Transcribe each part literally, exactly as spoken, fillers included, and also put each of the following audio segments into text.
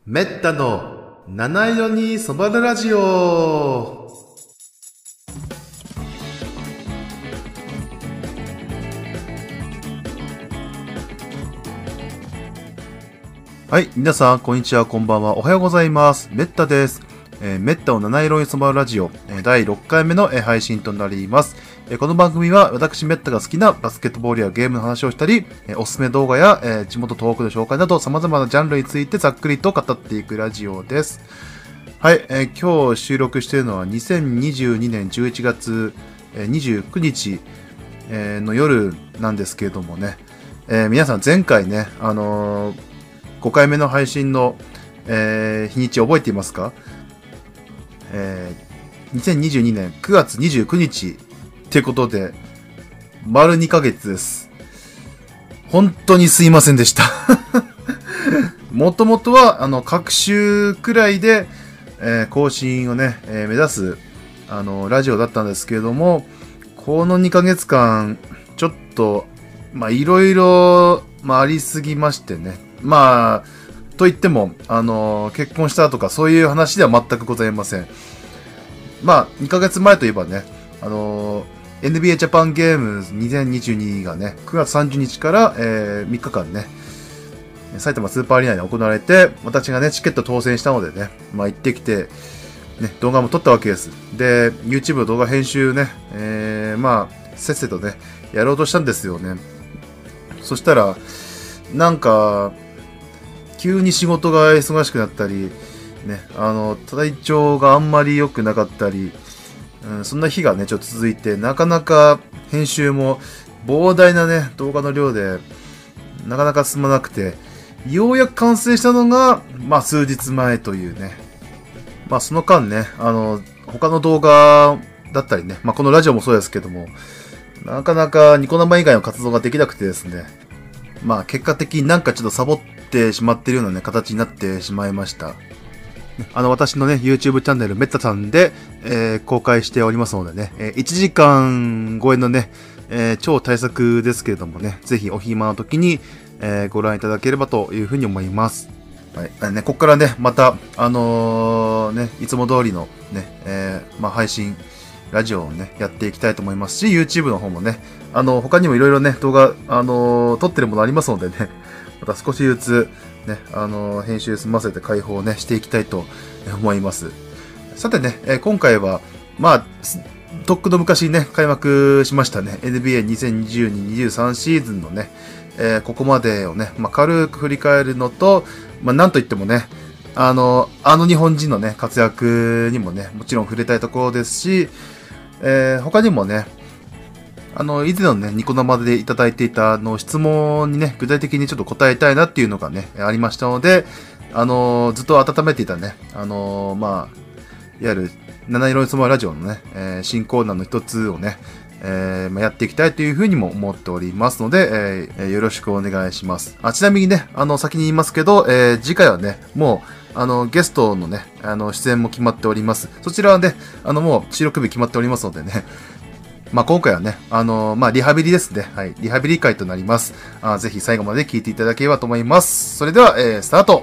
めったの七色にそばるラジオ。はい、皆さんこんにちは、こんばんは、おはようございます。めったです。えー、めったの七色にそばるラジオ、えー、だいろっかいめの、えー、配信となります。えー、この番組は私めったが好きなバスケットボールやゲームの話をしたり、えー、おすすめ動画や、えー、地元東北の紹介など様々なジャンルについてざっくりと語っていくラジオです。はい、えー、今日収録しているのはにせんにじゅうにねんじゅういちがつにじゅうくにち、えー、の夜なんですけれどもね、えー、皆さん前回ね、あのー、ごかいめの配信の、えー、日にち覚えていますか？えー、にせんにじゅうにねんくがつにじゅうくにちってことで、丸にかげつです。本当にすいませんでした。もともとは、あの、各週くらいで、えー、更新をね、えー、目指す、あの、ラジオだったんですけれども、このにかげつかん、ちょっと、まあ、いろいろ、まあ、ありすぎましてね。まあ、といっても、あの、結婚したとか、そういう話では全くございません。まあ、にかげつまえといえばね、あの、エヌビーエー ジャパンゲームにせんにじゅうにがね、くがつさんじゅうにちから、えー、みっかかんね、埼玉スーパーアリーナで行われて、私がね、チケット当選したのでね、まあ行ってきて、ね、動画も撮ったわけです。で、YouTube の動画編集ね、えー、まあ、せっせとね、やろうとしたんですよね。そしたら、なんか、急に仕事が忙しくなったり、ね、あの、体調があんまり良くなかったり、うん、そんな日がね、ちょっと続いて、なかなか編集も膨大なね、動画の量で、なかなか進まなくて、ようやく完成したのが、まあ数日前というね。まあその間ね、あの、他の動画だったりね、まあこのラジオもそうですけども、なかなかニコ生以外の活動ができなくてですね、まあ結果的になんかちょっとサボってしまっているようなね、形になってしまいました。あの、私のね、YouTube チャンネル、メッタさんで、えー、公開しておりますのでね、えー、いちじかん超えのね、えー、超大作ですけれどもね、ぜひお暇な時に、えー、ご覧いただければというふうに思います。はい。ね、ここからね、また、あのー、ね、いつも通りのね、えー、まあ、配信、ラジオをね、やっていきたいと思いますし、YouTube の方もね、あの、他にもいろいろね、動画、あのー、撮ってるものありますのでね、また少しずつ、ね、あのー、編集済ませて開放ね、していきたいと思います。さてね、えー、今回は、まあ、とっくの昔ね、開幕しましたね、エヌビーエーにせんにじゅうに にじゅうさん シーズンのね、えー、ここまでをね、まあ、軽く振り返るのと、まあ、なんといってもね、あの、あの日本人のね、活躍にもね、もちろん触れたいところですし、えー、他にもね、あの、以前のね、ニコ生でいただいていた、あの、質問にね、具体的にちょっと答えたいなっていうのがね、ありましたので、あの、ずっと温めていたね、あの、まあ、いわゆる、七色に染まるラジオのね、えー、新コーナーの一つをね、えーまあ、やっていきたいというふうにも思っておりますので、えー、よろしくお願いします。あ、ちなみにね、あの、先に言いますけど、えー、次回はね、もう、あの、ゲストのね、あの、出演も決まっております。そちらはね、あの、もう収録日決まっておりますのでね、まあ、今回はね、あの、まあ、リハビリですね。はい。リハビリ会となります。あ、ぜひ最後まで聞いていただければと思います。それでは、えー、スタート。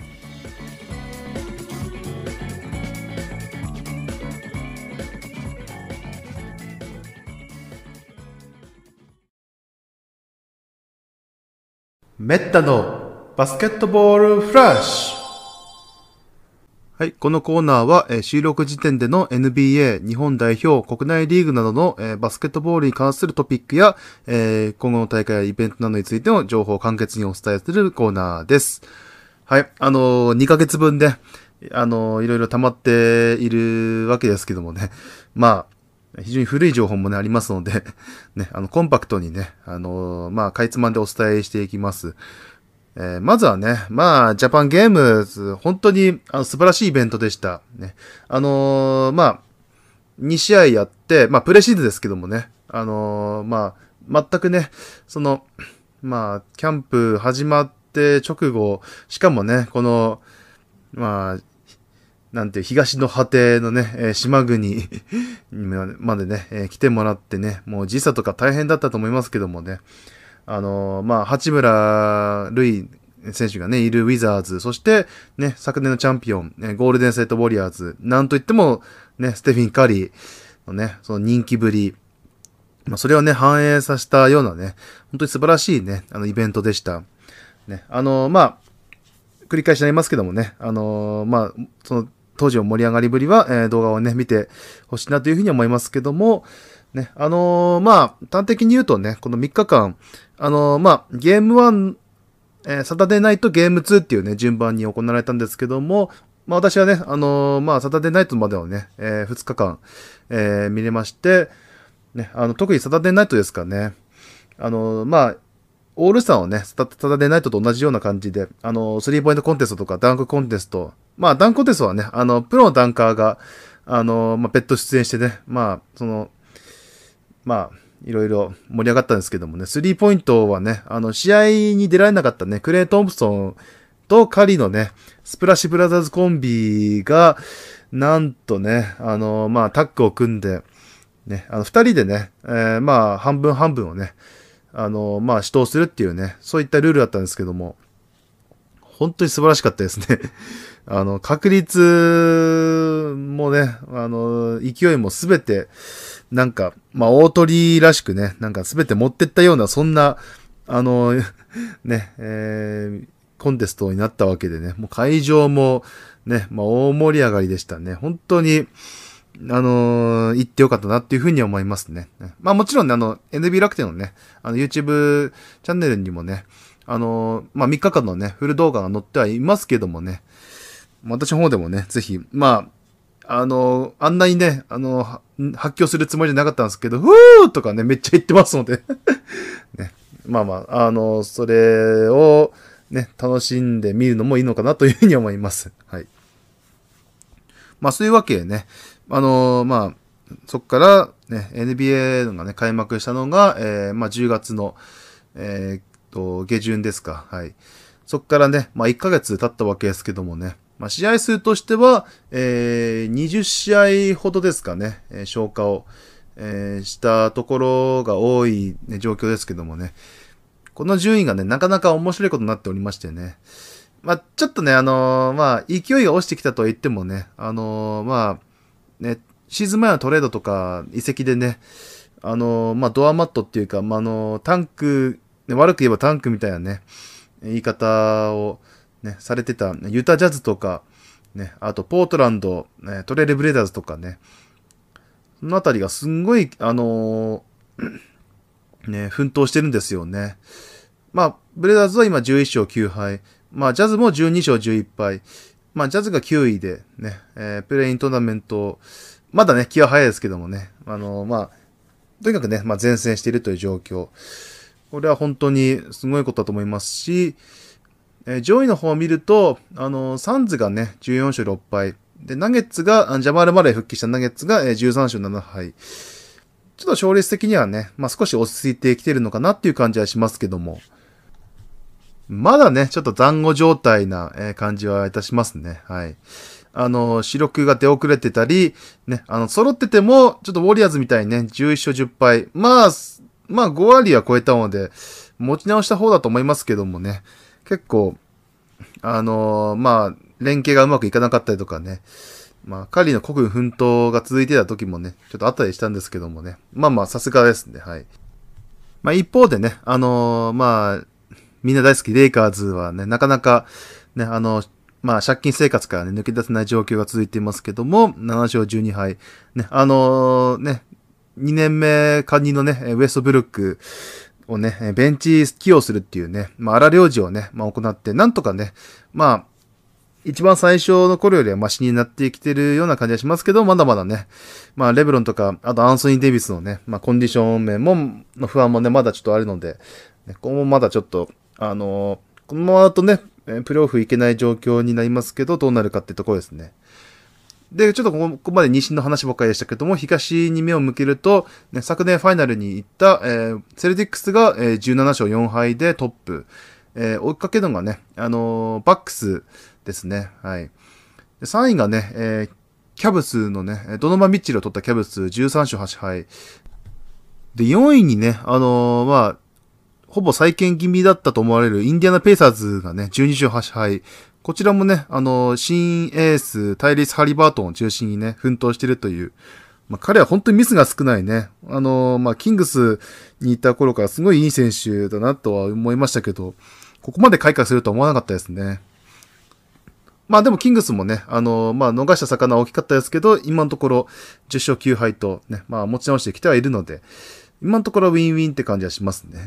メッタのバスケットボールフラッシュ。はい。このコーナーは、えー、収録時点での エヌビーエー、日本代表、国内リーグなどの、えー、バスケットボールに関するトピックや、えー、今後の大会やイベントなどについての情報を簡潔にお伝えするコーナーです。はい。あのー、にかげつぶんで、あのー、いろいろ溜まっているわけですけどもね。まあ、非常に古い情報もね、ありますので、ね、あの、コンパクトにね、あのー、まあ、かいつまんでお伝えしていきます。えー、まずはね、まあ、ジャパンゲームズ、本当にあの素晴らしいイベントでした。ね、あのー、まあ、にしあいやって、まあ、プレシーズンですけどもね、あのー、まあ、全くね、その、まあ、キャンプ始まって直後、しかもね、この、まあ、なんていう、東の果てのね、えー、島国までね、えー、来てもらってね、もう時差とか大変だったと思いますけどもね、あのー、まあ、八村塁選手がね、いるウィザーズ、そしてね、昨年のチャンピオン、ね、ゴールデンセイトウォリアーズ、なんといってもね、ステフィン・カリーのね、その人気ぶり、まあ、それをね、反映させたようなね、本当に素晴らしいね、あの、イベントでした。ね、あの、まあ、繰り返しになりますけどもね、あの、まあ、その、当時の盛り上がりぶりは、えー、動画をね、見てほしいなというふうに思いますけども、ね、あのー、まあ、端的に言うとね、このみっかかん、あのー、まあ、ゲームワン、えー、サタデーナイトゲームツーっていうね、順番に行われたんですけども、まあ私はね、あのー、まあサタデーナイトまではね、えー、ふつかかん、えー、見れまして、ね、あの、特にサタデーナイトですかね、あのー、まあ、オールスターをね、サタデーナイトと同じような感じで、あのー、スリーポイントコンテストとかダンクコンテスト、まあダンクコンテストはね、あの、プロのダンカーが、あのー、まあ別途出演してね、まあ、その、まあ、いろいろ盛り上がったんですけどもね、スリーポイントはね、あの、試合に出られなかったね、クレイ・トンプソンとカリのね、スプラッシュブラザーズコンビが、なんとね、あの、まあ、タッグを組んで、ね、あの、二人でね、えー、まあ、半分半分をね、あの、まあ、死闘するっていうね、そういったルールだったんですけども、本当に素晴らしかったですね。あの、確率もね、あの、勢いもすべて、なんか、まあ、大鳥らしくね、なんかすべて持ってったような、そんな、あの、ね、えー、コンテストになったわけでね、もう会場も、ね、まあ、大盛り上がりでしたね。本当に、あのー、行ってよかったなっていうふうに思いますね。まあ、もちろんね、あの、エヌビー 楽天のね、あの、YouTube チャンネルにもね、あのー、まあ、みっかかんのね、フル動画が載ってはいますけどもね、私の方でもね、ぜひ、まあ、あの、あんなにね、あの、発狂するつもりじゃなかったんですけど、ふーとかね、めっちゃ言ってますので、ね。まあまあ、あの、それをね、楽しんでみるのもいいのかなというふうに思います。はい。まあ、そういうわけでね、あの、まあ、そっからね、エヌビーエー がね、開幕したのが、えー、まあ、じゅうがつの、えー、っと、下旬ですか。はい。そっからね、まあ、いっかげつ経ったわけですけどもね、まあ、試合数としては、えー、にじゅっしあいほどですかね、えー、消化を、えー、したところが多い、ね、状況ですけどもね、この順位がね、なかなか面白いことになっておりましてね、まあ、ちょっとね、あのー、まあ、勢いが落ちてきたとは言ってもね、あのー、まあ、ね、シーズン前のトレードとか移籍でね、あのー、まあ、ドアマットっていうか、まあ、あのー、タンク、ね、悪く言えばタンクみたいなね、言い方を、ね、されてた、ユタジャズとか、ね、あと、ポートランド、ね、トレイルブレイダーズとかね、そのあたりがすんごい、あのー、ね、奮闘してるんですよね。まあ、ブレイダーズは今じゅういっしょうきゅうはい。まあ、ジャズもじゅうにしょうじゅういっぱい。まあ、ジャズがきゅういで、ね、えー、プレイントーナメント、まだね、気は早いですけどもね、あのー、まあ、とにかくね、まあ、前線しているという状況。これは本当にすごいことだと思いますし、えー、上位の方を見ると、あのー、サンズがね、じゅうよんしょうろっぱい。で、ナゲッツが、ジャマール・マレー復帰したナゲッツが、えー、じゅうさんしょうななはい。ちょっと勝率的にはね、まあ、少し落ち着いてきてるのかなっていう感じはしますけども、まだね、ちょっと残酷状態な、えー、感じはいたしますね。はい。あのー、主力が出遅れてたり、ね、あの、揃ってても、ちょっとウォリアーズみたいにね、じゅういっしょうじゅっぱい。まあ、まあ、ごわりは超えたので、持ち直した方だと思いますけどもね、結構、あのー、まあ、連携がうまくいかなかったりとかね、まあ、カリーの国軍奮闘が続いてた時もね、ちょっとあったりしたんですけどもね、まあまあ、さすがですね、はい。まあ、一方でね、あのー、まあ、みんな大好きレイカーズはね、なかなか、ね、あの、まあ、借金生活からね、抜け出せない状況が続いていますけども、ななしょうじゅうにはい。ね、あのー、ね、にねんめ加入のね、ウエストブルックをね、ベンチ起用するっていうね、まあ、荒領事をね、まあ、行って、なんとかね、まあ、一番最初の頃よりはマシになってきてるような感じがしますけど、まだまだね、まあ、レブロンとか、あとアンソニー・デイビスのね、まあ、コンディション面も、の不安もね、まだちょっとあるので、ね、ここもまだちょっと、あのー、このままだとね、プレーオフいけない状況になりますけど、どうなるかってところですね。で、ちょっとここまで西の話ばっかりでしたけども、東に目を向けると、ね、昨年ファイナルに行った、えー、セルティックスが、えー、じゅうななしょうよんはいでトップ。えー、追いかけるのがね、あのー、バックスですね。はい。でさんいがね、えー、キャブスのね、ドノバン・ミッチェルを取ったキャブスじゅうさんしょうはちはい。で、よんいにね、あのー、まあ、 ほぼ再建気味だったと思われるインディアナペイサーズがね、じゅうに勝はち敗。こちらもね、あの、新エース、タイリス・ハリバートンを中心にね、奮闘しているという。まあ、彼は本当にミスが少ないね。あの、まあ、キングスにいた頃からすごいいい選手だなとは思いましたけど、ここまで開花するとは思わなかったですね。まあでもキングスもね、あの、まあ逃した魚は大きかったですけど、今のところじゅっ勝きゅう敗とね、まあ持ち直してきてはいるので、今のところウィンウィンって感じはしますね。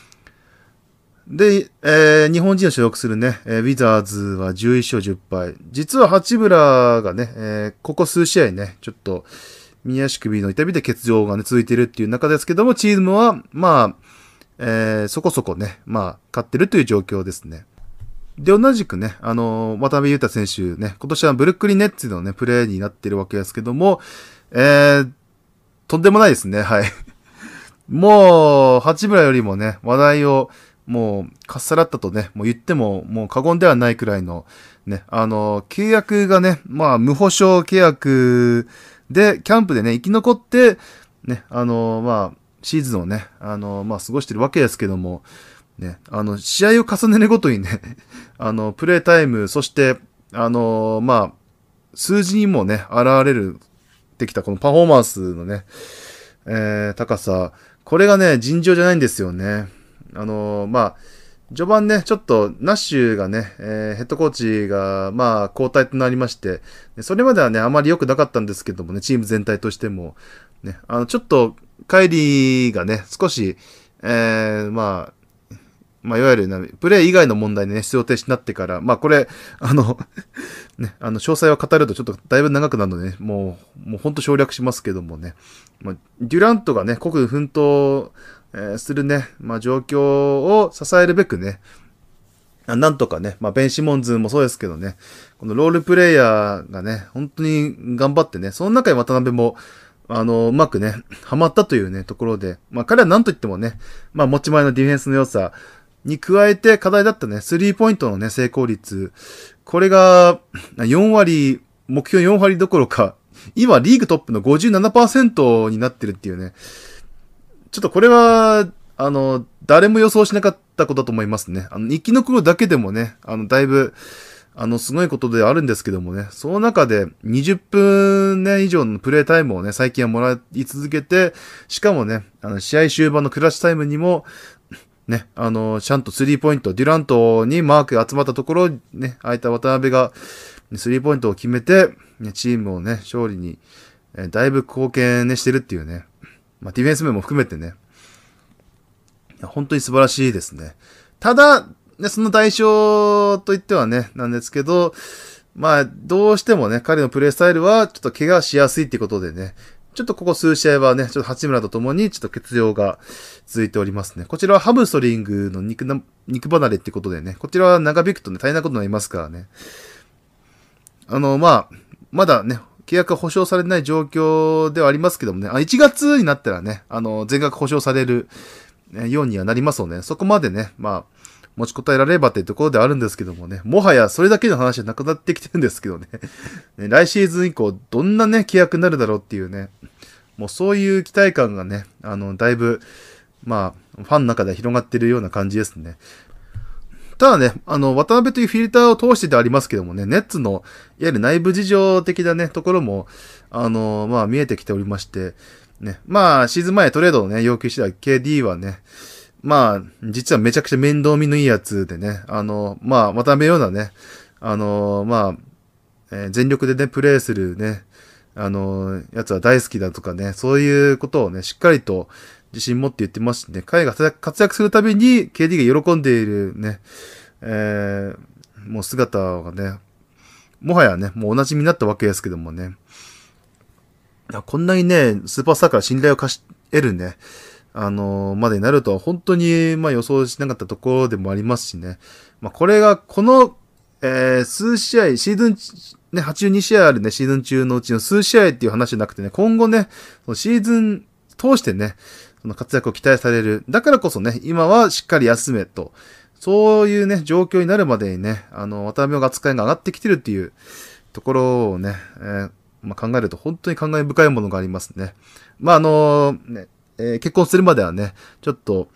で、えー、日本人を所属するね、えー、ウィザーズはじゅういっ勝じゅっ敗。実は八村がね、えー、ここ数試合ね、ちょっと、右足首の痛みで欠場がね、続いているっていう中ですけども、チームは、まあ、えー、そこそこね、まあ、勝ってるという状況ですね。で、同じくね、あのー、渡辺裕太選手ね、今年はブルックリンネッツのね、プレーになっているわけですけども、えー、とんでもないですね、はい。もう、八村よりもね、話題を、もう、かっさらったとね、もう言っても、もう過言ではないくらいの、ね、あの、契約がね、まあ、無保証契約で、キャンプでね、生き残って、ね、あの、まあ、シーズンをね、あの、まあ、過ごしてるわけですけども、ね、あの、試合を重ねるごとにね、あの、プレイタイム、そして、あの、まあ、数字にもね、現れる、ってきたこのパフォーマンスのね、えー、高さ、これがね、尋常じゃないんですよね。あのー、まあ、序盤ね、ちょっと、ナッシュがね、えー、ヘッドコーチが、まあ、交代となりまして、それまではね、あまり良くなかったんですけどもね、チーム全体としても、ね、あの、ちょっと、カイリーがね、少し、えー、まあ、まあ、いわゆるな、プレイ以外の問題でね、出場停止になってから、まあ、これ、あの、ね、あの、詳細を語るとちょっとだいぶ長くなるのでね、もう、もうほんと省略しますけどもね、まあ、デュラントがね、国奮闘、えー、するね、まあ、状況を支えるべくね、なんとかね、まあ、ベン・シモンズもそうですけどね、このロールプレイヤーがね、本当に頑張ってね、その中で渡辺も、あの、うまくね、ハマったというね、ところで、まあ、彼は何と言ってもね、まあ、持ち前のディフェンスの良さに加えて課題だったね、スリーポイントのね、成功率、これがよん割、目標よん割どころか、今リーグトップの ごじゅうななパーセント になってるっていうね、ちょっとこれは、あの、誰も予想しなかったことだと思いますね。あの、生き残るだけでもね、あの、だいぶ、あの、すごいことではあるんですけどもね、その中でにじゅっぷんね、以上のプレイタイムをね、最近はもらい続けて、しかもね、あの、試合終盤のクラッシュタイムにも、ね、あの、ちゃんとスリーポイント、デュラントにマークが集まったところ、ね、空いた渡辺が、スリーポイントを決めて、ね、チームをね、勝利に、えだいぶ貢献ね、してるっていうね、まあ、ディフェンス面も含めてね、いや本当に素晴らしいですね。ただ、ね、その代償といってはね、なんですけど、まあ、どうしてもね、彼のプレイスタイルは、ちょっと怪我しやすいっていうことでね、ちょっとここ数試合はね、ちょっと八村とともに、ちょっと欠場が続いておりますね。こちらはハムストリングの肉な、肉離れってことでね、こちらは長引くとね、大変なことになりますからね。あの、まあ、まだね、契約が保証されない状況ではありますけどもね、あいちがつになったらね、あの、全額保証されるようにはなりますので、ね、そこまでね、まあ、持ちこたえられればというところではあるんですけどもね、もはやそれだけの話はなくなってきてるんですけどね、来シーズン以降、どんなね、契約になるだろうっていうね、もうそういう期待感がね、あの、だいぶ、まあ、ファンの中で広がっているような感じですね。ただね、あの、渡辺というフィルターを通してでありますけどもね、ネッツの、いわゆる内部事情的なね、ところも、あの、まあ、見えてきておりまして、ね、まあ、シーズン前トレードをね、要求してた ケーディー はね、まあ、実はめちゃくちゃ面倒見のいいやつでね、あの、まあ、渡辺ようなね、あの、まあ、えー、全力でね、プレイするね、あの、やつは大好きだとかね、そういうことをね、しっかりと自信持って言ってますしね、彼が活躍するたびに ケーディー が喜んでいるね、えー、もう姿がね、もはやね、もうお馴染みになったわけですけどもね、こんなにね、スーパースターから信頼を貸し得るね、あのー、までになるとは本当に、まあ予想しなかったところでもありますしね。まあこれが、この、えー、数試合、シーズン、ね、はちじゅうに試合あるね、シーズン中のうちの数試合っていう話じゃなくてね、今後ね、そのシーズン通してね、その活躍を期待される。だからこそね、今はしっかり休めと、そういうね、状況になるまでにね、あの、渡辺の扱いが上がってきてるっていうところをね、えーまあ、考えると本当に考え深いものがありますね。まあ、あの、ね、えー、結婚するまではね、ちょっと、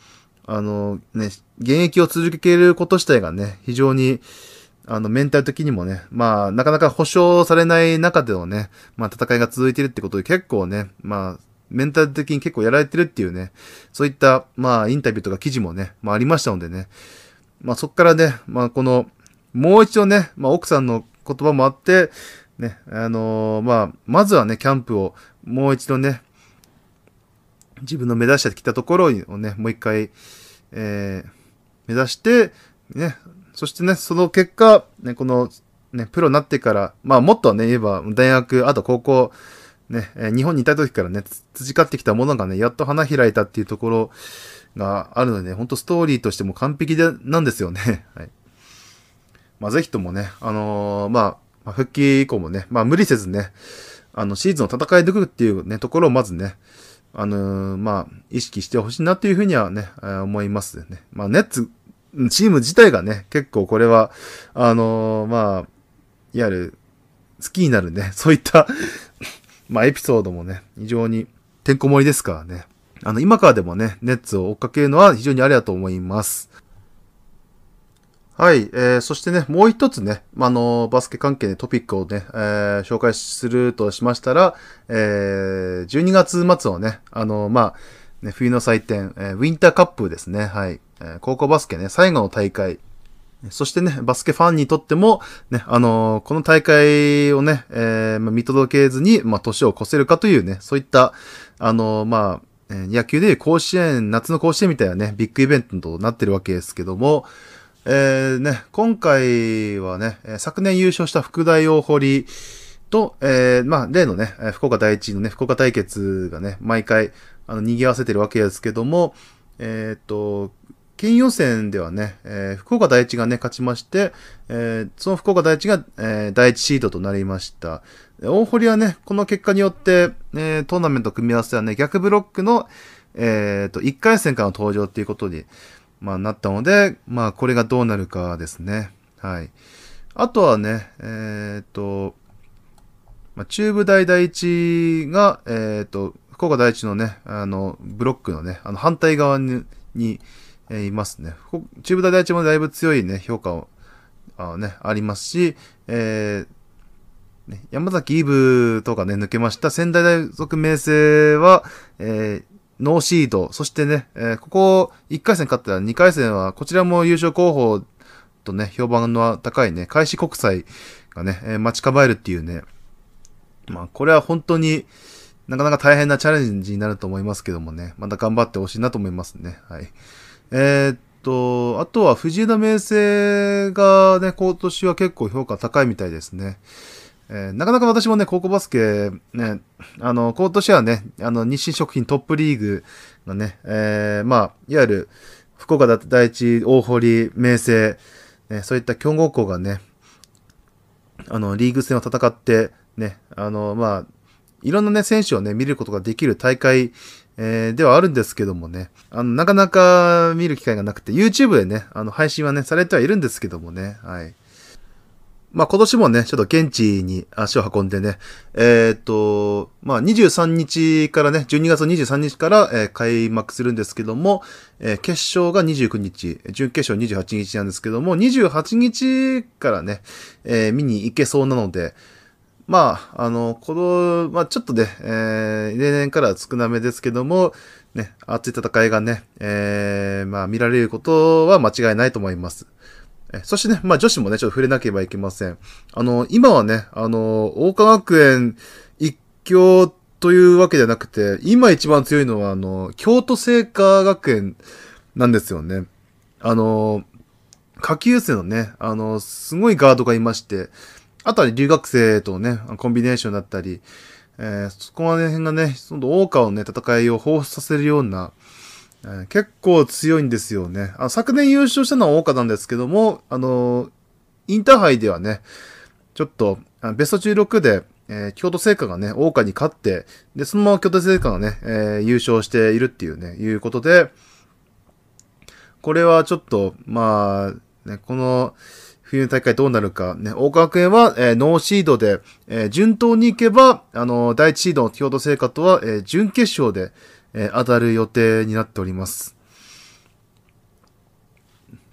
あの、ね、現役を続けること自体がね、非常に、あの、メンタル的にもね、まあ、なかなか保証されない中でのね、まあ、戦いが続いてるってことで結構ね、まあ、メンタル的に結構やられてるっていうね、そういった、まあ、インタビューとか記事もね、まあ、ありましたのでね、まあ、そっからね、まあ、この、もう一度ね、まあ、奥さんの言葉もあって、ね、あのー、まあ、まずはね、キャンプをもう一度ね、自分の目指してきたところをね、もう一回、えー、目指して、ね、そしてね、その結果、ね、この、ね、プロになってから、まあ、もっとね、言えば、大学、あと高校、ね、えー、日本にいた時からね、培ってきたものがね、やっと花開いたっていうところがあるので、ね、ほんとストーリーとしても完璧で、なんですよね。はい。まあ、ぜひともね、あのー、まあ、復帰以降もね、まあ、無理せずね、あの、シーズンを戦い抜くっていうね、ところをまずね、あのー、まあ、意識してほしいなっていうふうにはね、えー、思いますね。まあ、ネッツ、チーム自体がね、結構これは、あのー、まあ、いわゆる、好きになるね、そういったまあ、エピソードもね、非常にてんこ盛りですからね。あの、今からでもね、ネッツを追っかけるのは非常にありだと思います。はい、えー、そしてね、もう一つね、あの、バスケ関係でトピックをね、えー、紹介するとしましたら、えー、じゅうにがつ末のね、あの、まあ、ね、冬の祭典、えー、ウィンターカップですね、はい、えー、高校バスケね、最後の大会、そしてね、バスケファンにとっても、ね、あのー、この大会をね、えー、まあ、見届けずに、まあ、年を越せるかというね、そういった、あのー、まあ、えー、野球でいう甲子園、夏の甲子園みたいなね、ビッグイベントとなってるわけですけども、えー、ね、今回はね、昨年優勝した福大大堀と、えー、まあ、例のね、福岡第一のね、福岡対決がね、毎回、あの、賑わせてるわけですけども、えっと、県予選ではね、えー、福岡第一がね、勝ちまして、えー、その福岡第一が、えー、第一シードとなりました。大堀はね、この結果によって、えー、トーナメント組み合わせはね、逆ブロックの、えっと、いっかい戦からの登場っていうことに、まあ、なったので、まあ、これがどうなるかですね。はい。あとはね、えっと、まあ、中部大第一が、えっと、福岡第一のね、あの、ブロックのね、あの、反対側に、にえー、いますね。中部大第一もだいぶ強いね、評価を、あね、ありますし、えーね、山崎イブとかね、抜けました。仙台大属明星は、えー、ノーシード。そしてね、えー、ここいっかい戦勝ったらにかい戦は、こちらも優勝候補とね、評判の高いね、開志国際がね、えー、待ち構えるっていうね、まあ、これは本当になかなか大変なチャレンジになると思いますけどもね、また頑張ってほしいなと思いますね。はい。えー、っと、あとは藤枝明星がね、今年は結構評価高いみたいですね。えー、なかなか私もね、高校バスケ、ね、あの、今年はね、あの、日清食品トップリーグがね、えー、まあ、いわゆる、福岡第一、大堀、明星、ね、そういった強豪校がね、あの、リーグ戦を戦って、ね、あの、まあ、いろんなね、選手をね、見ることができる大会、えー、ではあるんですけどもね、あの、なかなか見る機会がなくて、YouTube でね、あの、配信はね、されてはいるんですけどもね、はい。まあ、今年もね、ちょっと現地に足を運んでね、えー、っと、まあ、にじゅうさんにちからね、じゅうにがつにじゅうさんにちから、えー、開幕するんですけども、えー、決勝がにじゅうくにち、準決勝にじゅうはちにちなんですけども、にじゅうはちにちからね、えー、見に行けそうなので、まあ、あの、この、まあ、ちょっとね、えー、例年からは少なめですけども、ね、熱い戦いがね、えー、まあ、見られることは間違いないと思います。そしてね、まあ女子もね、ちょっと触れなければいけません。あの、今はね、あの、桜花学園一強というわけじゃなくて、今一番強いのは、あの、京都精華学園なんですよね。あの、下級生のね、あの、すごいガードがいまして、あとは留学生とね、コンビネーションだったり、えー、そこら辺がね、その桜花をね、戦いを彷彿させるような、結構強いんですよね。あの昨年優勝したのは桜花なんですけども、あの、インターハイではね、ちょっと、ベストじゅうろくで、えー、京都精華がね、桜花に勝って、で、そのまま京都精華がね、えー、優勝しているっていうね、いうことで、これはちょっと、まあ、ね、この、冬の大会どうなるか、ね、桜花学園は、えー、ノーシードで、えー、順当に行けば、あの、第一シードの京都精華とは、えー、準決勝で、えー、当たる予定になっております。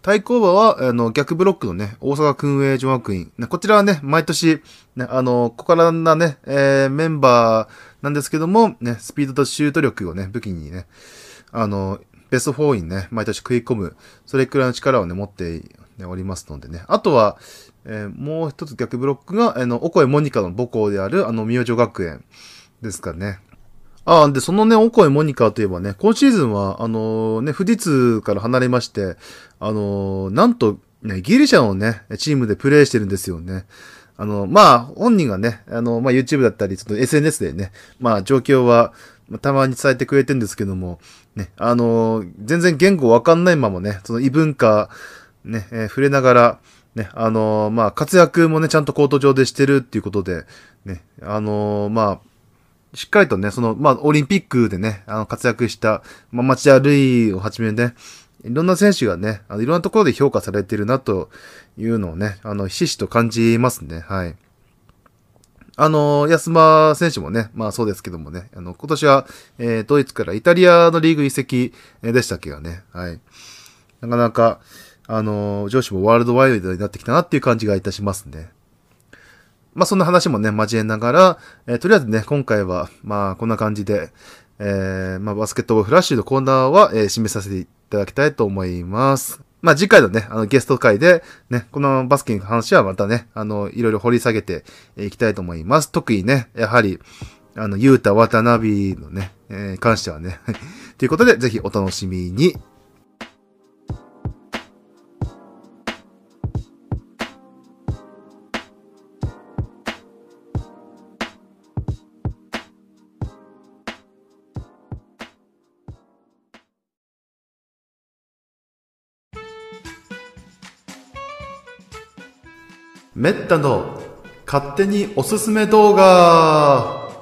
対抗馬は、あの、逆ブロックのね、大阪薫英女学院。こちらはね、毎年、ね、あの、小柄なね、えー、メンバーなんですけども、ね、スピードとシュート力をね、武器にね、あの、ベストフォーにね、毎年食い込む、それくらいの力をね、持って、ね、おりますのでね。あとは、えー、もう一つ逆ブロックが、あの、オコエモニカの母校である、あの、明星学園ですかね。ああ、で、そのね、オコエモニカといえばね、今シーズンは、あのー、ね、富士通から離れまして、あのー、なんと、ね、ギリシャのね、チームでプレイしてるんですよね。あの、まあ、本人がね、あの、まあ、YouTube だったり、ちょっと エスエヌエス でね、まあ、状況は、たまに伝えてくれてるんですけども、ね、あのー、全然言語わかんないままね、その異文化、ね、えー、触れながら、ね、あのー、まあ、活躍もね、ちゃんとコート上でしてるっていうことで、ね、あのー、まあ、しっかりとね、その、まあ、オリンピックでね、あの、活躍した、まあ、町田瑠唯をはじめね、いろんな選手がね、あの、いろんなところで評価されてるな、というのをね、あの、ひしひしと感じますね、はい。あの、安間選手もね、まあそうですけどもね、あの、今年は、えー、ドイツからイタリアのリーグ移籍でしたっけがね、はい。なかなか、あの、上司もワールドワイドになってきたなっていう感じがいたしますね。まあそんな話もね、交えながら、えー、とりあえずね、今回は、まあこんな感じで、えー、まあバスケットボールフラッシュのコーナーは、えー、締めさせていただきたいと思います。まあ次回のね、あのゲスト会で、ね、このバスケの話はまたね、あの、いろいろ掘り下げていきたいと思います。特にね、やはり、あの、ユータ・ワタナビのね、えー、関してはね。ということで、ぜひお楽しみに。めったの勝手におすすめ動画。はい、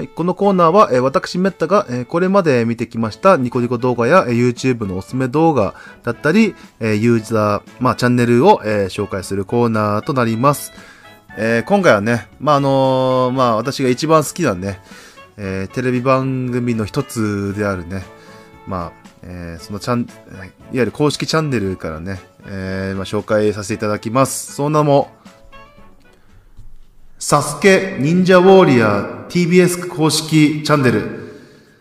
このコーナーは、えー、私めったが、えー、これまで見てきましたニコニコ動画や、えー、YouTube のおすすめ動画だったり、えー、ユーザー、まあチャンネルを、えー、紹介するコーナーとなります。えー、今回はね、まああのー、まあ私が一番好きなね、えー、テレビ番組の一つであるね、まあえー、そのチャン、いわゆる公式チャンネルからね、えーまあ、紹介させていただきます。その名も、サスケ忍者ウォーリアー ティービーエス 公式チャンネル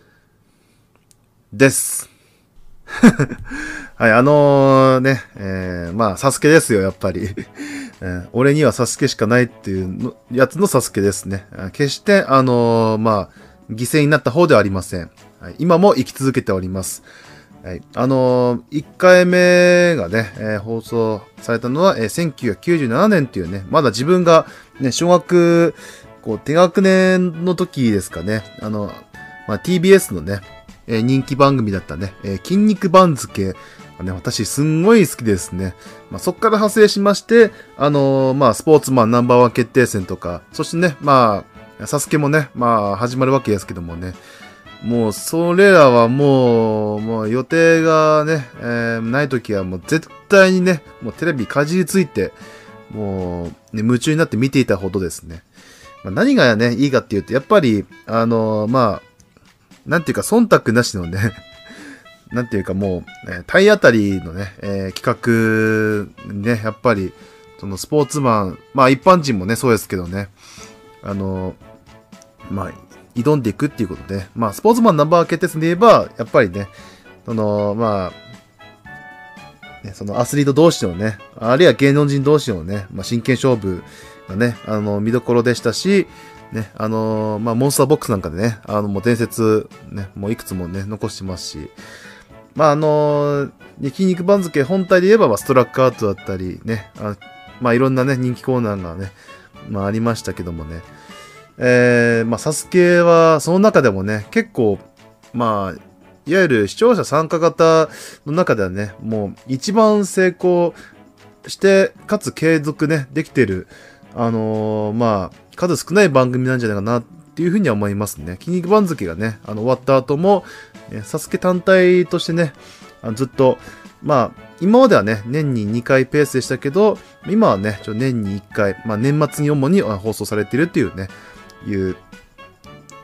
です。はい、あのー、ね、えー、まあ、サスケですよ、やっぱり。えー、俺にはサスケしかないっていうのやつのサスケですね。決して、あのー、まあ、犠牲になった方ではありません。はい、今も生き続けております。はい。あのー、いっかいめがね、えー、放送されたのは、えー、せんきゅうひゃくきゅうじゅうななねんっていうね、まだ自分がね、小学、こう、低学年の時ですかね、あの、まあ、ティービーエス のね、えー、人気番組だったね、えー、筋肉番付がね、私すんごい好きですね。まあ、そっから派生しまして、あのー、まあ、スポーツマンナンバーワン決定戦とか、そしてね、まあ、サスケもね、まあ、始まるわけですけどもね、もう、それらはもう、もう予定がね、えー、ないときはもう絶対にね、もうテレビかじりついて、もう、ね、夢中になって見ていたほどですね。まあ、何がね、いいかっていうと、やっぱり、あのー、まあ、なんていうか、忖度なしのね、なんていうかもう、えー、体当たりのね、えー、企画、ね、やっぱり、そのスポーツマン、まあ一般人もね、そうですけどね、あのー、まあ、挑んでいくっていうことで、まあ、スポーツマンナンバー決定戦で言えば、やっぱりね、その、まあ、ね、そのアスリート同士のね、あるいは芸能人同士のね、まあ、真剣勝負がね、あの、見どころでしたし、ね、あの、まあ、モンスターボックスなんかでね、あの、もう伝説、ね、もういくつもね、残してますし、まあ、あの、筋肉番付本体で言えば、まあ、ストラックアートだったり、ね、あまあ、いろんなね、人気コーナーがね、まあ、ありましたけどもね、えー、まあ、サスケは、その中でもね、結構、まあ、いわゆる視聴者参加型の中ではね、もう一番成功して、かつ継続ね、できてる、あのー、まあ、数少ない番組なんじゃないかなっていうふうには思いますね。筋肉番付がね、あの、終わった後も、サスケ単体としてね、あのずっと、まあ、今まではね、年ににかいペースでしたけど、今はね、ちょ年にいっかい、まあ、年末に主に放送されているっていうね、いう、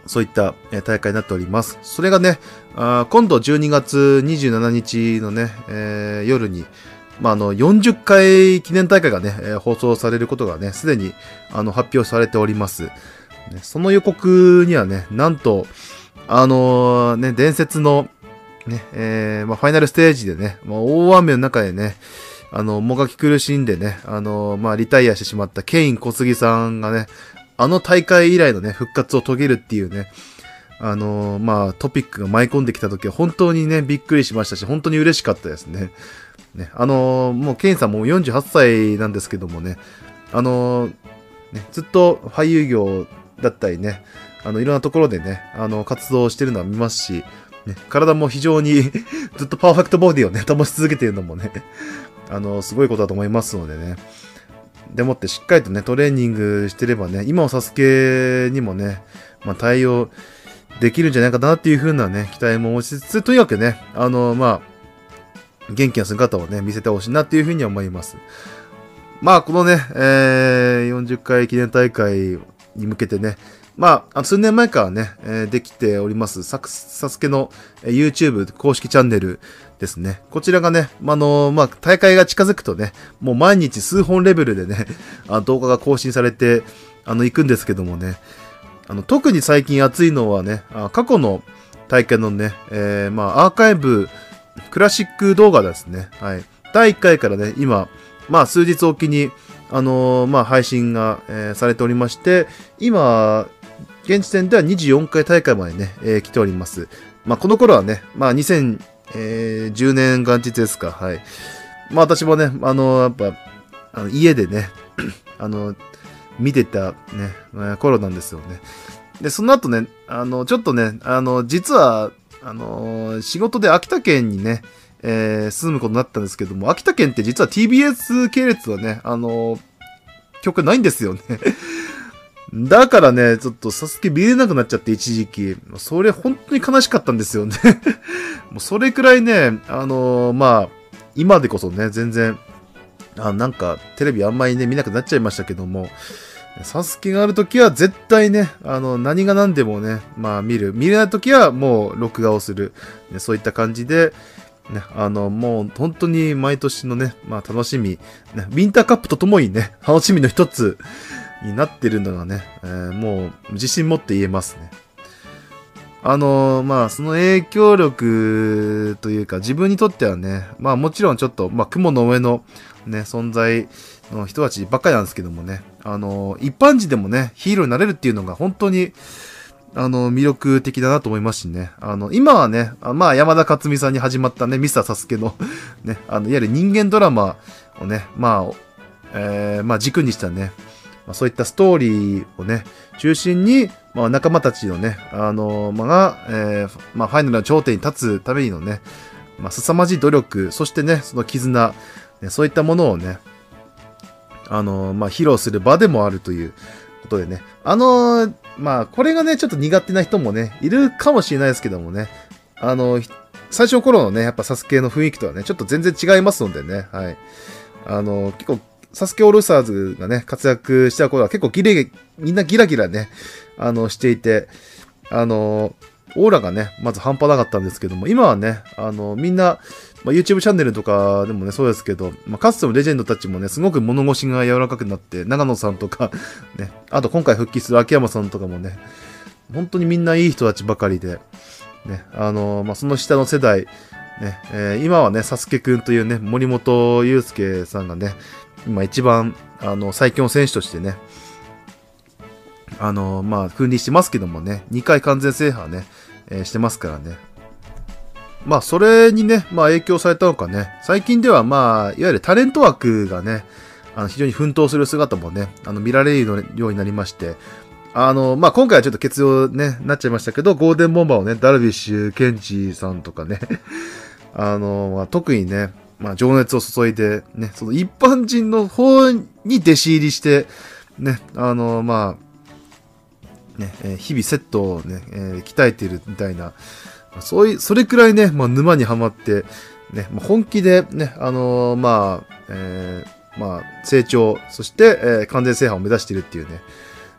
そういった大会になっております。それがね、あ今度じゅうにがつにじゅうしちにちのね、えー、夜に、まあ、あの、よんじゅっかい記念大会がね、えー、放送されることがね、すでにあの発表されております。ね、その予告にはね、なんと、あのー、ね、伝説の、ね、えー、まあ、ファイナルステージでね、まあ、大雨の中でね、あの、もがき苦しんでね、あのー、まあ、リタイアしてしまったケイン小杉さんがね、あの大会以来のね、復活を遂げるっていうね、あのー、まあ、トピックが舞い込んできた時は本当にね、びっくりしましたし、本当に嬉しかったですね。ね、あのー、もうケインさんもよんじゅうはっさいなんですけどもね、あのー、ね、ずっと俳優業だったりね、あの、いろんなところでね、あの、活動してるのは見ますし、ね、体も非常にずっとパーフェクトボディをね、保ち続けているのもね、あの、すごいことだと思いますのでね、でもってしっかりとね、トレーニングしてればね、今のサスケにもね、まあ、対応できるんじゃないかなっていう風なね、期待も持ちつつ、とにかくね、あの、まあ、元気な姿をね、見せてほしいなっていう風には思います。まあ、このね、えー、よんじゅっかい記念大会に向けてね、まあ、数年前からね、えー、できております、サスケの YouTube 公式チャンネルですね。こちらがね、あの、まあ、大会が近づくとね、もう毎日数本レベルでね、あ動画が更新されて、あの、行くんですけどもね、あの、特に最近熱いのはね、あ過去の大会のね、えー、まあ、アーカイブ、クラシック動画ですね。はい。だいいっかいからね、今、まあ、数日おきに、あのー、まあ、配信が、えー、されておりまして、今、現時点ではにじゅうよんかい大会までね、えー、来ております。まあ、この頃はね、まあ、にせんじゅうねん元日ですか。はい。まあ、私もね、あのー、やっぱ、あの家でね、あのー、見てたね、頃なんですよね。で、その後ね、あの、ちょっとね、あの、実は、あの、仕事で秋田県にね、えー、住むことになったんですけども、秋田県って実は ティービーエス 系列はね、あの、曲ないんですよね。だからね、ちょっとサスケ見れなくなっちゃって、一時期。それ本当に悲しかったんですよね。もうそれくらいね、あの、まあ、今でこそね、全然、あなんか、テレビあんまりね、見なくなっちゃいましたけども、サスケがあるときは絶対ね、あの、何が何でもね、まあ見る。見れないときはもう録画をする。ね、そういった感じで、ね、あの、もう本当に毎年のね、まあ楽しみ、ね、ウィンターカップとともにね、楽しみの一つになってるのがね、えー、もう自信持って言えますね。あの、まあその影響力というか自分にとってはね、まあもちろんちょっと、まあ雲の上のね、存在の人たちばっかりなんですけどもね、あの、一般人でもね、ヒーローになれるっていうのが本当に、あの、魅力的だなと思いますしね。あの、今はね、まあ、山田勝美さんに始まったね、ミスターサスケの、ね、あの、いわゆる人間ドラマをね、まあ、えー、まあ、軸にしたね、まあ、そういったストーリーをね、中心に、まあ、仲間たちのね、あの、まあ、が、えー、まあ、ファイナルの頂点に立つためにのね、まあ、凄まじい努力、そしてね、その絆、ね、そういったものをね、あの、まあ、披露する場でもあるということでね。あの、まあ、これがね、ちょっと苦手な人もね、いるかもしれないですけどもね。あの、最初の頃のね、やっぱサスケの雰囲気とはね、ちょっと全然違いますのでね。はい。あの、結構、サスケオールスターズがね、活躍した頃は結構ギレ、みんなギラギラね、あの、していて、あの、オーラがね、まず半端なかったんですけども、今はね、あの、みんな、まあ、YouTube チャンネルとかでもね、そうですけど、まあ、かつてのレジェンドたちもね、すごく物腰が柔らかくなって、長野さんとか、ね、あと今回復帰する秋山さんとかもね、本当にみんないい人たちばかりで、ね、あのー、まあ、その下の世代、ね、えー、今はね、サスケくんというね、森本裕介さんがね、今一番、あの、最強の選手としてね、あのー、まあ、君臨してますけどもね、にかい完全制覇ね、えー、してますからね。まあ、それにね、まあ、影響されたのかね、最近ではまあ、いわゆるタレント枠がね、あの非常に奮闘する姿もね、あの見られるようになりまして、あの、まあ、今回はちょっと欠場ね、なっちゃいましたけど、ゴールデンボンバーをね、ダルビッシュ、ケンジさんとかね、あの、まあ、特にね、まあ、情熱を注いで、ね、その一般人の方に弟子入りして、ね、あの、まあ、ね、えー、日々セットをね、えー、鍛えているみたいな、そういう、それくらいね、まあ、沼にはまって、ね、まあ、本気でね、あのー、まあ、えー、まあ、成長、そして、えー、完全制覇を目指しているっていうね、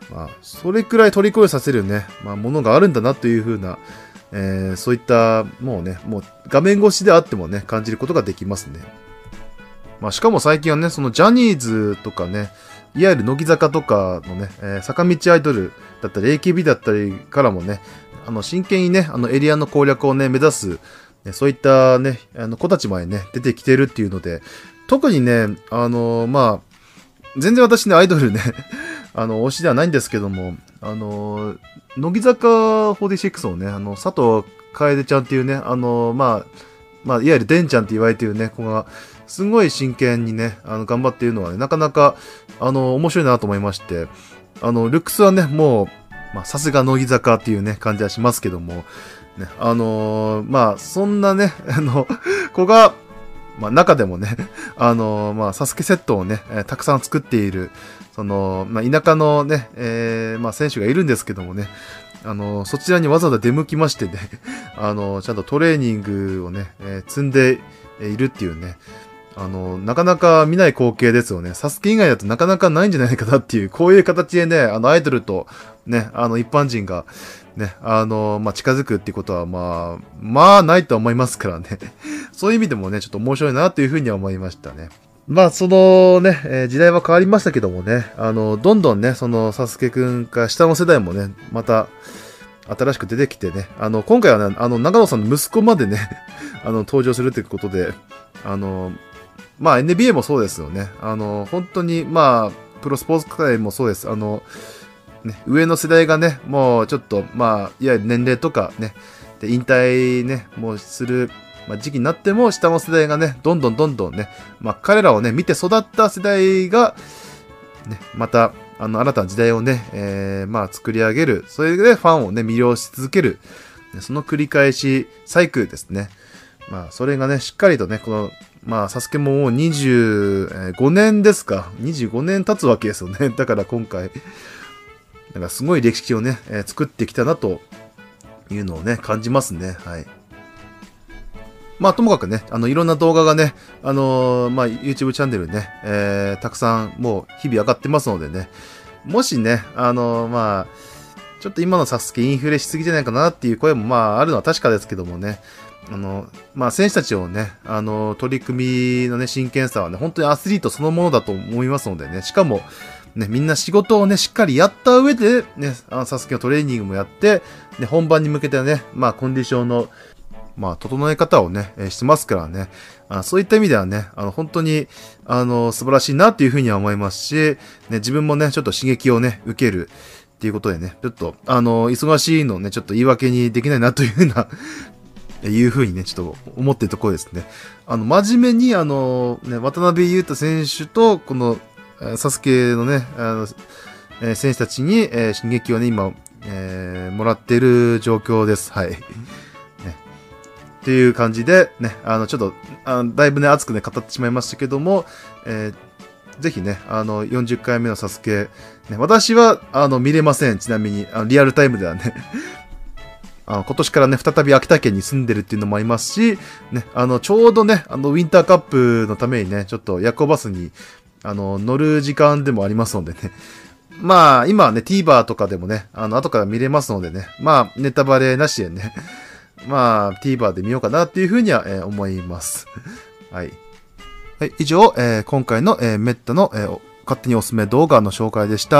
まあ、それくらい取り越えさせるね、まあ、ものがあるんだなというふうな、えー、そういった、もうね、もう画面越しであってもね、感じることができますね。まあ、しかも最近はね、そのジャニーズとかね、いわゆる乃木坂とかのね、えー、坂道アイドルだったり エーケービー だったりからもね、あの真剣にね、あのエリアの攻略をね、目指す、ね、そういったね、あの子たちまでね、出てきてるっていうので、特にね、あのー、まあ、全然私ね、アイドルね、あの、推しではないんですけども、あのー、乃木坂フォーティシックスのね、あの、佐藤楓ちゃんっていうね、あのー、まあ、まあ、いわゆるデンちゃんって言われているね、子が、すごい真剣にね、あの、頑張っているのはね、なかなか、あの、面白いなと思いまして、あの、ルックスはね、もう、まあ、さすが乃木坂っていうね、感じはしますけども、ね、あのー、まあ、そんなね、あの、子が、まあ、中でもね、あのー、まあ、サスケセットをね、えー、たくさん作っている、その、まあ、田舎のね、えー、まあ、選手がいるんですけどもね、あのー、そちらにわざわざ出向きましてね、あのー、ちゃんとトレーニングをね、えー、積んでいるっていうね、あの、なかなか見ない光景ですよね。サスケ以外だとなかなかないんじゃないかなっていう、こういう形でね、あの、アイドルとね、あの、一般人が、ね、あの、まあ、近づくっていうことは、まあ、まあ、ないと思いますからね。そういう意味でもね、ちょっと面白いなというふうには思いましたね。まあ、そのね、えー、時代は変わりましたけどもね、あの、どんどんね、その、サスケくんか下の世代もね、また、新しく出てきてね、あの、今回はね、あの、長野さんの息子までね、あの、登場するということで、あの、まあ エヌビーエー もそうですよね。あの、本当に、まあ、プロスポーツ界もそうです。あの、ね、上の世代がね、もうちょっと、まあ、いわゆる年齢とかね、で引退ね、もうする、まあ、時期になっても、下の世代がね、どんどんどんどんね、まあ、彼らをね、見て育った世代が、ね、また、あの、新たな時代をね、えー、まあ、作り上げる。それでファンをね、魅了し続ける。その繰り返し、サイクルですね。まあ、それがね、しっかりとね、この、まあ、サスケももうにじゅうごねんですか。にじゅうごねん経つわけですよね。だから今回、なんかすごい歴史をね、えー、作ってきたなというのをね、感じますね。はい。まあ、ともかくね、あの、いろんな動画がね、あのー、まあ、YouTube チャンネルね、えー、たくさんもう日々上がってますのでね、もしね、あのー、まあ、ちょっと今のサスケインフレしすぎじゃないかなっていう声もまあ、あるのは確かですけどもね、あの、まあ、選手たちをね、あの、取り組みのね、真剣さはね、本当にアスリートそのものだと思いますのでね、しかも、ね、みんな仕事をね、しっかりやった上で、ね、あの、サスケのトレーニングもやって、ね、本番に向けてね、まあ、コンディションの、まあ、整え方をね、えー、してますからね、あそういった意味ではね、あの、本当に、あの、素晴らしいなっていうふうには思いますし、ね、自分もね、ちょっと刺激をね、受ける、っていうことでね、ちょっと、あの、忙しいのね、ちょっと言い訳にできないなというふうな、いうふうにね、ちょっと思ってるところですね。あの、真面目に、あの、ね、渡辺裕太選手と、この、サスケのね、あの、えー、選手たちに、えー、刺激をね、今、えー、もらっている状況です。はい。ね。っていう感じで、ね、あの、ちょっと、あのだいぶね、熱くね、語ってしまいましたけども、えー、ぜひね、あの、よんじゅっかいめのサスケ、ね、私は、あの、見れません。ちなみに、あのリアルタイムではね。あの今年からね、再び秋田県に住んでるっていうのもありますし、ね、あの、ちょうどね、あの、ウィンターカップのためにね、ちょっと夜行バスに、あの、乗る時間でもありますのでね。まあ、今はね、TVer とかでもね、あの、後から見れますのでね、まあ、ネタバレなしでね、まあ、TVer で見ようかなっていうふうには、えー、思います。はい。はい、以上、えー、今回の、えー、メッタの、えー、勝手におすすめ動画の紹介でした。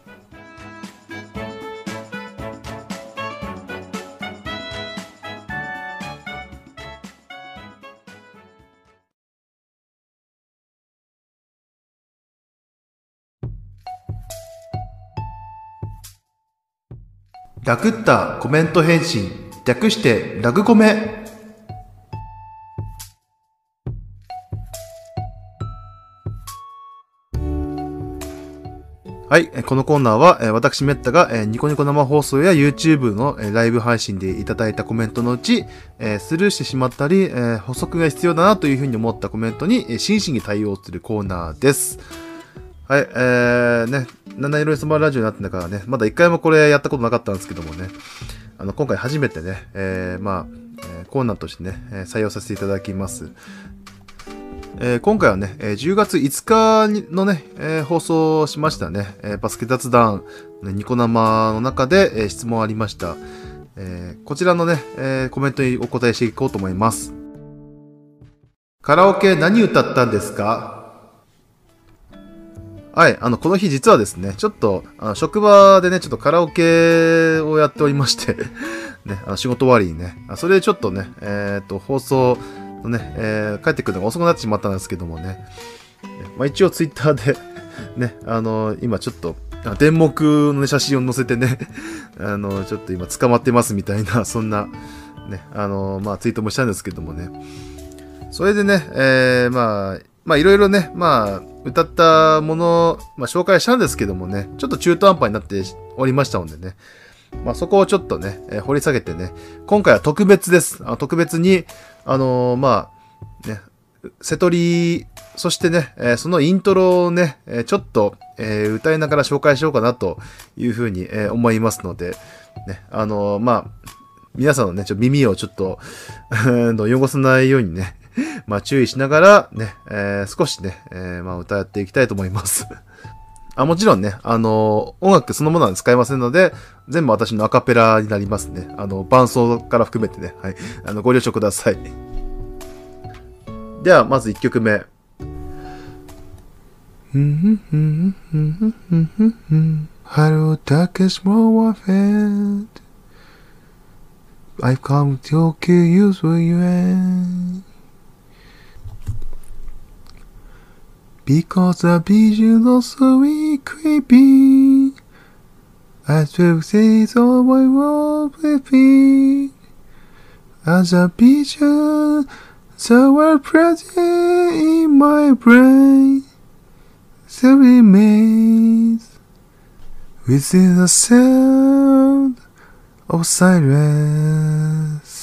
ラクッタコメント返信、略してラグコメ。はい、このコーナーは私メッタがニコニコ生放送や YouTube のライブ配信でいただいたコメントのうちスルーしてしまったり補足が必要だなというふうに思ったコメントに真摯に対応するコーナーです。はい、えー、ね、七色いそばラジオになってんだからね、まだ一回もこれやったことなかったんですけどもね、あの、今回初めてね、えー、まあ、えー、コーナーとしてね、採用させていただきます。 えー、今回はね、えー、じゅうがついつかのね、えー、放送をしましたね、えー、バスケ雑談、ね、ニコ生の中で、えー、質問ありました。えー、こちらのね、えー、コメントにお答えしていこうと思います。カラオケ何歌ったんですか？はい、あの、この日実はですね、ちょっと、あの職場でね、ちょっとカラオケをやっておりまして、ね、あの仕事終わりにね、それでちょっとね、えっと、放送のね、えー、帰ってくるのが遅くなってしまったんですけどもね、まあ、一応ツイッターで、ね、あの、今ちょっと、電目の、ね、写真を載せてね、あの、ちょっと今捕まってますみたいな、そんな、ね、あの、まあ、ツイートもしたんですけどもね、それでね、えー、まあ、まあいろいろね、まあ歌ったもの、まあ紹介したんですけどもね、ちょっと中途半端になっておりましたのでね、まあそこをちょっとね、えー、掘り下げてね、今回は特別です。あの特別に、あのー、まあ、ね、瀬戸り、そしてね、えー、そのイントロをね、えー、ちょっと、えー、歌いながら紹介しようかなというふうに、えー、思いますので、ね、あのー、まあ、皆さんのね、ちょっと耳をちょっと汚さないようにね、まあ注意しながらね、えー、少しね、えー、まあ歌っていきたいと思いますあ。もちろんね、あのー、音楽そのものは使いませんので、全部私のアカペラになりますね。あの、伴奏から含めてね、はい。あの、ご了承ください。では、まずいっきょくめ。Hello, darkest warfare. I've come to kill you, so you are.Because the vision was so creepy, I took days of my world with me. As a vision, the were present in my brain, so remains within the sound of silence.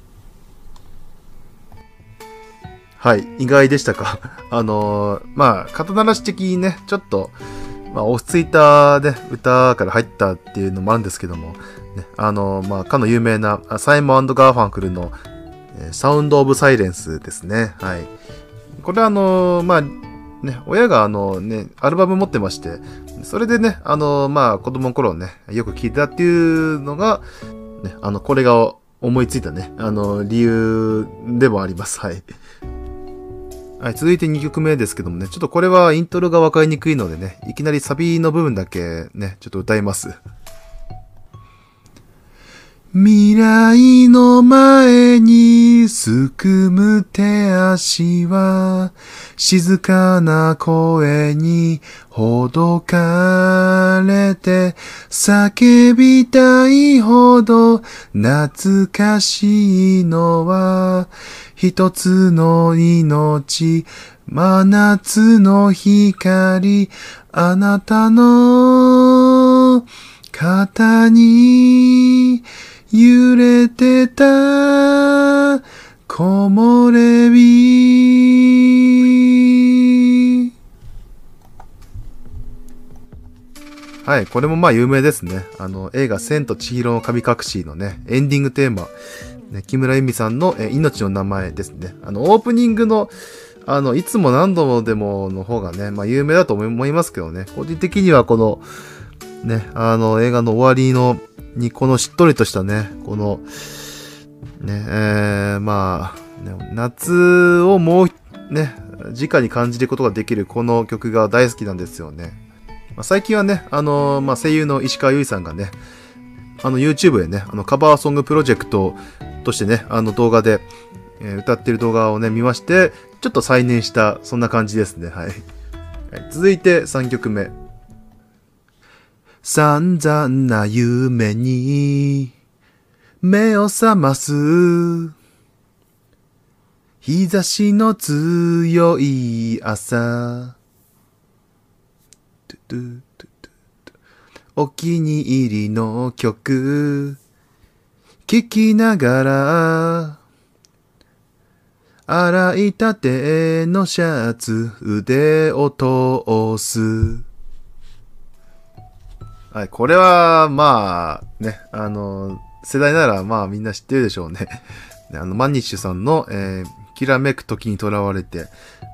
はい、意外でしたかあのー、まあ、肩慣らし的にね、ちょっと、まあ、落ち着いたね、歌から入ったっていうのもあるんですけども、ね、あのー、まあ、かの有名なサイモン&ガーファンクルの、えー、サウンドオブサイレンスですね。はい。これはあのー、まあ、ね、親があのね、アルバム持ってまして、それでね、あのー、まあ、子供の頃ね、よく聴いてたっていうのが、ね、あの、これが思いついたね、あの、理由でもあります。はい。はい、続いてにきょくめですけどもね、ちょっとこれはイントロがわかりにくいのでね、いきなりサビの部分だけね、ちょっと歌います。未来の前にすくむ手足は静かな声にほどかれて叫びたいほど懐かしいのは一つの命真夏の光あなたの肩に揺れてた木漏れ日。はい、これもまあ有名ですね。あの、映画千と千尋の神隠しのね、エンディングテーマ。ね、木村由美さんのえ命の名前ですね。あの、オープニングの、あの、いつも何度もでもの方がね、まあ有名だと思いますけどね。個人的にはこの、ね、あの、映画の終わりの、にこのしっとりとしたね、この、ね、えー、まあ、ね、夏をもう、ね、直に感じることができるこの曲が大好きなんですよね。まあ、最近はね、あの、まあ、声優の石川由依さんがね、あの YouTube でね、あのカバーソングプロジェクトとしてね、あの動画で、えー、歌ってる動画をね、見まして、ちょっと再燃した、そんな感じですね、はい。はい、続いてさんきょくめ。散々な夢に目を覚ます日差しの強い朝お気に入りの曲聴きながら洗いたてのシャツ腕を通す。はい、これは、まあ、ね、あの、世代なら、まあ、みんな知ってるでしょうね。あの、マニッシュさんの、えー、きらめく時にとらわれて、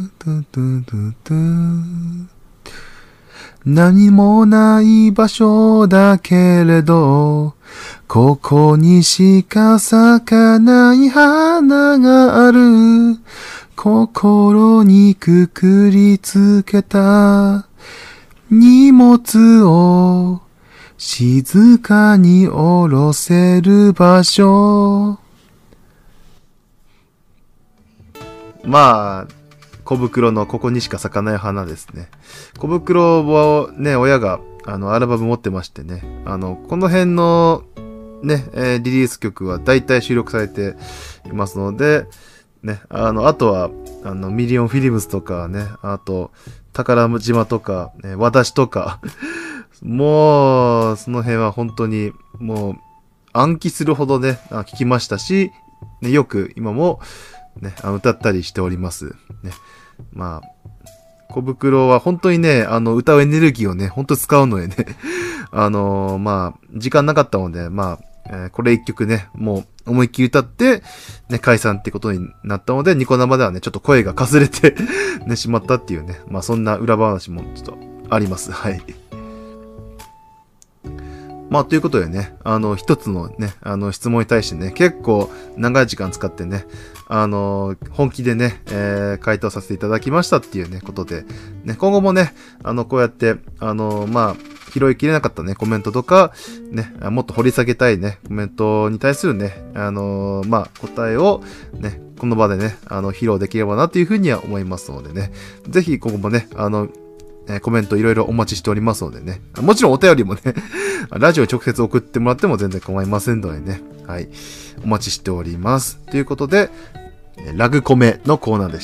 何もない場所だけれど、ここにしか咲かない花がある。心にくくりつけた荷物を静かに下ろせる場所。まあ、小袋のここにしか咲かない花ですね。小袋をね、親があのアルバム持ってましてね、あの、この辺のね、えー、リリース曲は大体収録されていますので、ね、あの、あとは、あの、ミリオンフィリムスとかね、あと、宝島とか、ね、私とか、もう、その辺は本当に、もう、暗記するほどね、聞きましたし、ね、よく今も、ね、歌ったりしております。ね、まあ、小袋は本当にね、あの、歌うエネルギーをね、本当使うのでね、あのー、まあ、時間なかったので、まあ、えー、これ一曲ね、もう思いっきり歌って、ね、解散ってことになったので、ニコ生ではね、ちょっと声がかすれてね、しまったっていうね、まあそんな裏話もちょっとあります。はい。まあ、ということでね、あの、一つのね、あの、質問に対してね、結構長い時間使ってね、あの、本気でね、えー、回答させていただきましたっていうね、ことで、ね、今後もね、あの、こうやって、あの、まあ、拾いきれなかったね、コメントとか、ね、もっと掘り下げたいね、コメントに対するね、あの、まあ、答えを、ね、この場でね、あの、披露できればなというふうには思いますのでね、ぜひ今後もね、あの、えー、コメントいろいろお待ちしておりますのでね。もちろんお便りもね、ラジオに直接送ってもらっても全然構いませんのでね。はい。お待ちしております。ということで、ラグコメのコーナーでした。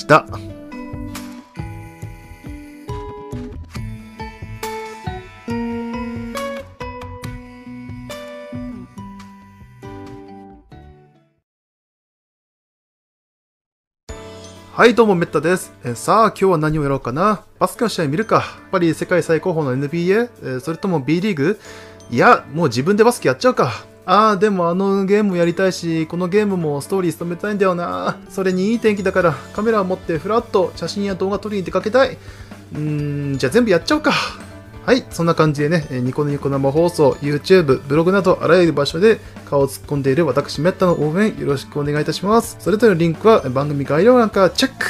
はい、どうも、メッタです。えさあ、今日は何をやろうかな。バスケの試合見るか。やっぱり世界最高峰の エヌビーエー、えー、それとも B リーグ。いや、もう自分でバスケやっちゃうか。あー、でもあのゲームもやりたいし、このゲームもストーリー務めたいんだよな。それにいい天気だから、カメラを持ってフラッと写真や動画撮りに出かけたい。うーん、じゃあ全部やっちゃおうか。はい、そんな感じでね、ニコニコ生放送、YouTube、ブログなどあらゆる場所で顔を突っ込んでいる私メッタの応援よろしくお願いいたします。それぞれのリンクは番組概要欄からチェック。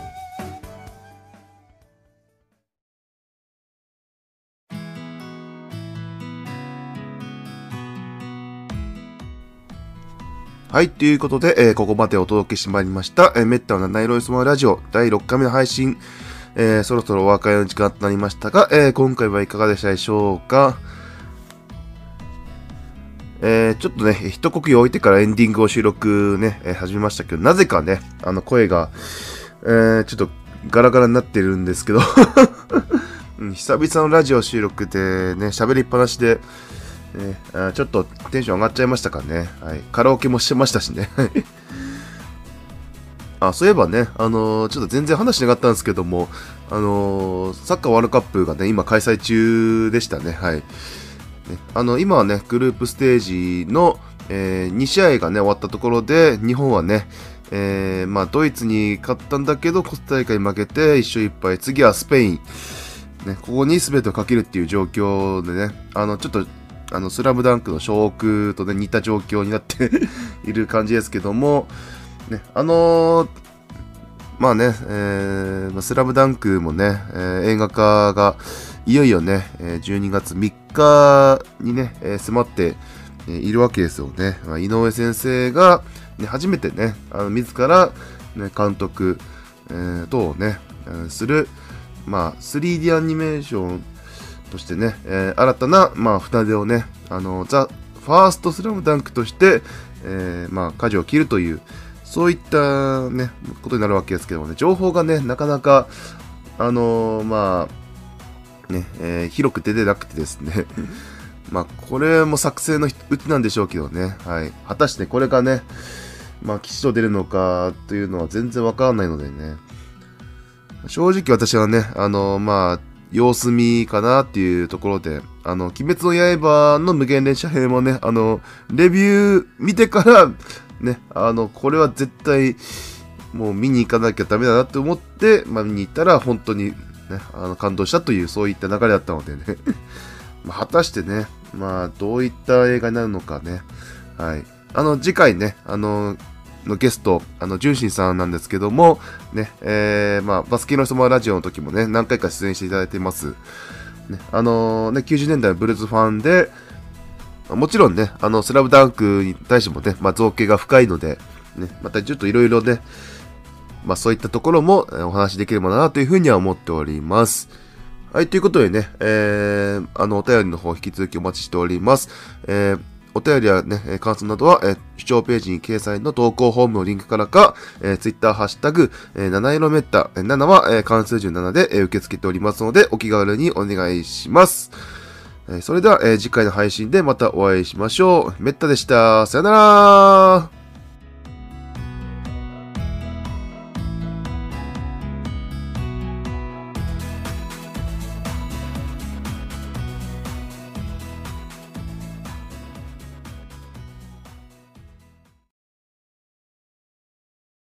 はい、ということで、えー、ここまでお届けしてまいりました、えー、メッタの七色いスマラジオだいろっかいめの配信、えー、そろそろお別れの時間となりましたが、えー、今回はいかがでしたでしょうか。えー、ちょっとね、一呼吸置いてからエンディングを収録ね、えー、始めましたけど、なぜかね、あの声が、えー、ちょっとガラガラになってるんですけど、うん、久々のラジオ収録でね、喋りっぱなしで、ね、あちょっとテンション上がっちゃいましたからね。はい、カラオケもしてましたしね。 あ、そういえばね、あのー、ちょっと全然話しなかったんですけども、あのー、サッカーワールドカップがね、今開催中でしたね。はい。ね、あの、今はね、グループステージの、えー、に試合がね、終わったところで、日本はね、えー、まあ、ドイツに勝ったんだけど、コスタリカに負けて、一勝一敗、次はスペイン。ね、ここに全てをかけるっていう状況でね、あの、ちょっと、あの、スラムダンクの小奥とね、似た状況になっている感じですけども、ね、あのー、まあね、えー、スラムダンクもね、えー、映画化がいよいよね、じゅうにがつみっかにね、えー、迫っているわけですよね。まあ、井上先生が、ね、初めてね、あの自ら、ね、監督、えー、等をね、する、まあ、スリーディー アニメーションとしてね、えー、新たな、まあ、船出をね、あの、ザ・ファーストスラムダンクとして、えー、まあ、舵を切るという、そういったね、ことになるわけですけどもね、情報がね、なかなか、あのー、まあ、ね、えー、広く出てなくてですね、まあ、これも作成のうちなんでしょうけどね、はい。果たしてこれがね、まあ、吉と出るのかというのは全然わからないのでね、正直私はね、あのー、まあ、様子見かなっていうところで、あの、鬼滅の刃の無限連射編もね、あの、レビュー見てから、ね、あの、これは絶対、もう見に行かなきゃダメだなって思って、まあ見に行ったら本当に、ね、あの、感動したという、そういった流れだったのでね。まあ、果たしてね、まあ、どういった映画になるのかね。はい。あの、次回ね、あの、のゲスト、あの、純真さんなんですけども、ね、えー、まあ、バスケの人もラジオの時もね、何回か出演していただいています。ね、あのー、ね、きゅうじゅうねんだいのブルーズファンで、もちろんね、あの、スラムダンクに対してもね、まあ、造形が深いので、ね、またちょっといろいろね、まあ、そういったところもお話しできればなというふうには思っております。はい、ということでね、えー、あの、お便りの方引き続きお待ちしております。えー、お便りやね、感想などは、えー、視聴ページに掲載の投稿フォームのリンクからか、えー、ツイッターハッシュタグ、えー、七色メッタ、ななは、えー、関数じゅうななで、えー、受け付けておりますので、お気軽にお願いします。それでは、えー、次回の配信でまたお会いしましょう。めったでした。さよなら。